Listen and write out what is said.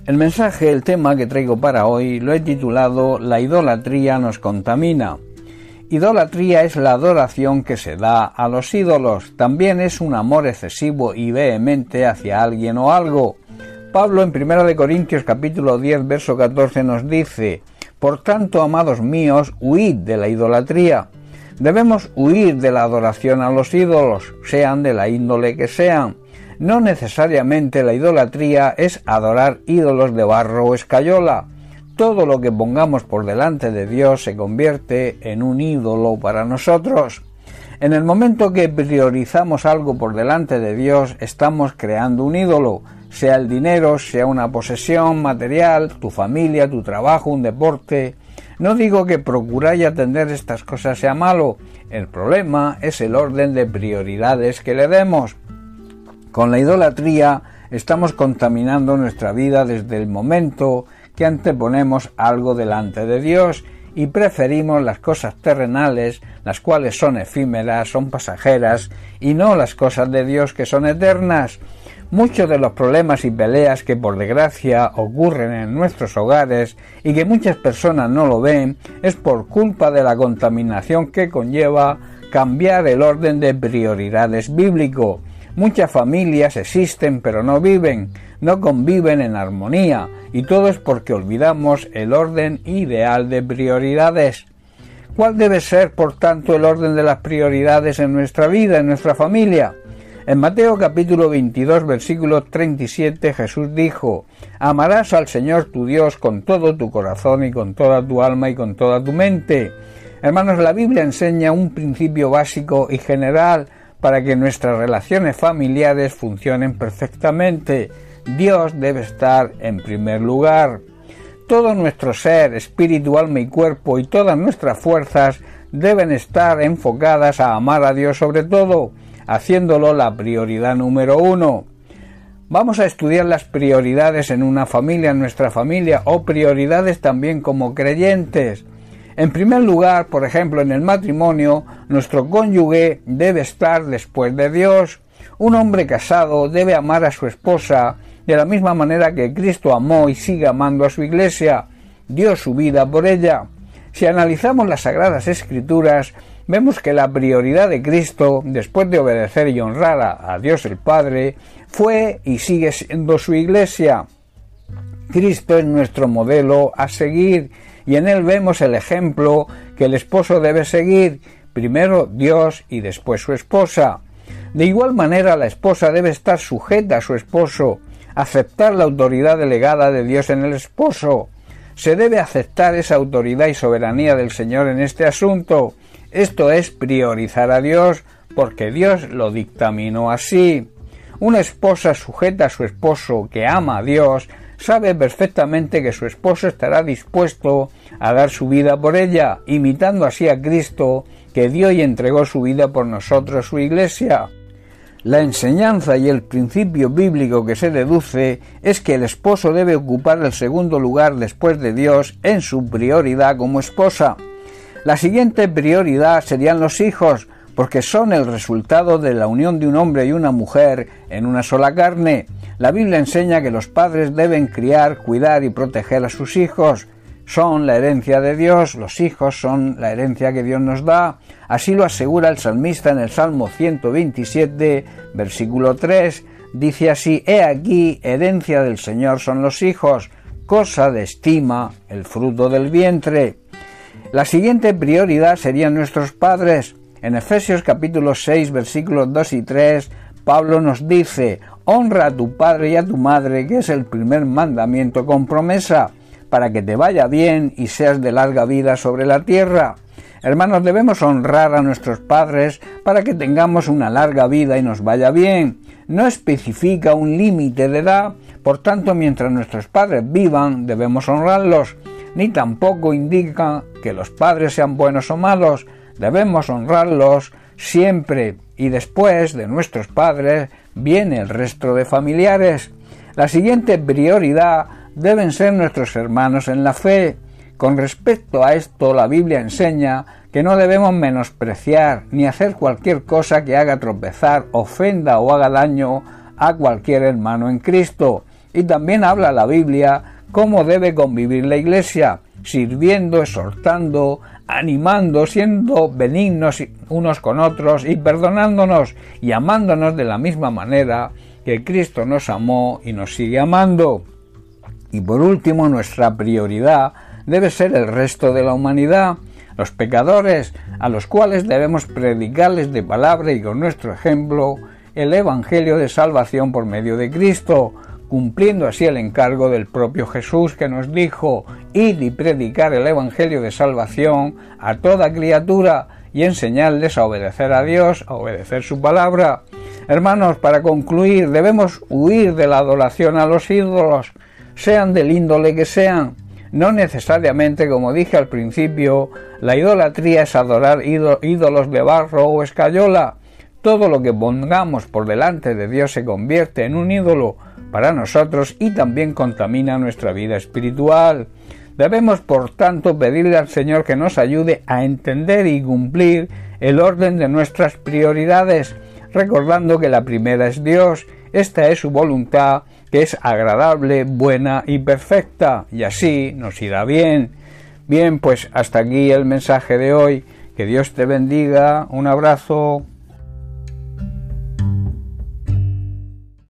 El tema que traigo para hoy lo he titulado La idolatría nos contamina. Idolatría es la adoración que se da a los ídolos, también es un amor excesivo y vehemente hacia alguien o algo. Pablo en 1 Corintios capítulo 10 verso 14 nos dice: Por tanto, amados míos, huid de la idolatría. Debemos huir de la adoración a los ídolos, sean de la índole que sean. No necesariamente la idolatría es adorar ídolos de barro o escayola. Todo lo que pongamos por delante de Dios se convierte en un ídolo para nosotros. En el momento que priorizamos algo por delante de Dios, estamos creando un ídolo, sea el dinero, sea una posesión material, tu familia, tu trabajo, un deporte. No digo que procurar y atender estas cosas sea malo, el problema es el orden de prioridades que le demos. Con la idolatría estamos contaminando nuestra vida desde el momento que anteponemos algo delante de Dios y preferimos las cosas terrenales, las cuales son efímeras, son pasajeras, y no las cosas de Dios que son eternas. Muchos de los problemas y peleas que por desgracia ocurren en nuestros hogares y que muchas personas no lo ven es por culpa de la contaminación que conlleva cambiar el orden de prioridades bíblico. Muchas familias existen pero no viven, no conviven en armonía, y todo es porque olvidamos el orden ideal de prioridades. ¿Cuál debe ser, por tanto, el orden de las prioridades en nuestra vida, en nuestra familia? En Mateo capítulo 22, versículo 37, Jesús dijo: Amarás al Señor tu Dios con todo tu corazón y con toda tu alma y con toda tu mente. Hermanos, la Biblia enseña un principio básico y general para que nuestras relaciones familiares funcionen perfectamente. Dios debe estar en primer lugar. Todo nuestro ser, espíritu, alma y cuerpo, y todas nuestras fuerzas deben estar enfocadas a amar a Dios sobre todo, haciéndolo la prioridad número 1. Vamos a estudiar las prioridades en una familia, en nuestra familia, o prioridades también como creyentes. En primer lugar, por ejemplo, en el matrimonio, nuestro cónyuge debe estar después de Dios. Un hombre casado debe amar a su esposa de la misma manera que Cristo amó y sigue amando a su iglesia, dio su vida por ella. Si analizamos las Sagradas Escrituras, vemos que la prioridad de Cristo, después de obedecer y honrar a Dios el Padre, fue y sigue siendo su iglesia. Cristo es nuestro modelo a seguir, y en él vemos el ejemplo que el esposo debe seguir, primero Dios y después su esposa. De igual manera, la esposa debe estar sujeta a su esposo, aceptar la autoridad delegada de Dios en el esposo. Se debe aceptar esa autoridad y soberanía del Señor en este asunto. Esto es priorizar a Dios, porque Dios lo dictaminó así. Una esposa sujeta a su esposo que ama a Dios sabe perfectamente que su esposo estará dispuesto a dar su vida por ella, imitando así a Cristo, que dio y entregó su vida por nosotros, su iglesia. La enseñanza y el principio bíblico que se deduce es que el esposo debe ocupar el segundo lugar después de Dios en su prioridad como esposa. La siguiente prioridad serían los hijos, porque son el resultado de la unión de un hombre y una mujer en una sola carne. La Biblia enseña que los padres deben criar, cuidar y proteger a sus hijos. Son la herencia de Dios, los hijos son la herencia que Dios nos da. Así lo asegura el salmista en el Salmo 127, versículo 3. Dice así: He aquí, herencia del Señor son los hijos, cosa de estima, el fruto del vientre. La siguiente prioridad serían nuestros padres. En Efesios capítulo 6, versículos 2 y 3, Pablo nos dice: Honra a tu padre y a tu madre, que es el primer mandamiento con promesa, para que te vaya bien y seas de larga vida sobre la tierra. Hermanos, debemos honrar a nuestros padres para que tengamos una larga vida y nos vaya bien. No especifica un límite de edad, por tanto, mientras nuestros padres vivan, debemos honrarlos. Ni tampoco indica que los padres sean buenos o malos. Debemos honrarlos siempre, y después de nuestros padres viene el resto de familiares. La siguiente prioridad deben ser nuestros hermanos en la fe. Con respecto a esto, la Biblia enseña que no debemos menospreciar ni hacer cualquier cosa que haga tropezar, ofenda o haga daño a cualquier hermano en Cristo. Y también habla la Biblia cómo debe convivir la Iglesia, sirviendo, exhortando, animando, siendo benignos unos con otros y perdonándonos y amándonos de la misma manera que Cristo nos amó y nos sigue amando. Y por último, nuestra prioridad debe ser el resto de la humanidad, los pecadores, a los cuales debemos predicarles de palabra y con nuestro ejemplo el Evangelio de salvación por medio de Cristo, cumpliendo así el encargo del propio Jesús, que nos dijo: id y predicar el Evangelio de salvación a toda criatura y enseñarles a obedecer a Dios, a obedecer su palabra. Hermanos, para concluir, debemos huir de la adoración a los ídolos, sean del índole que sean. No necesariamente, como dije al principio, la idolatría es adorar ídolos de barro o escayola. Todo lo que pongamos por delante de Dios se convierte en un ídolo para nosotros y también contamina nuestra vida espiritual. Debemos, por tanto, pedirle al Señor que nos ayude a entender y cumplir el orden de nuestras prioridades, recordando que la primera es Dios, esta es su voluntad, que es agradable, buena y perfecta, y así nos irá bien. Bien, pues hasta aquí el mensaje de hoy. Que Dios te bendiga. Un abrazo.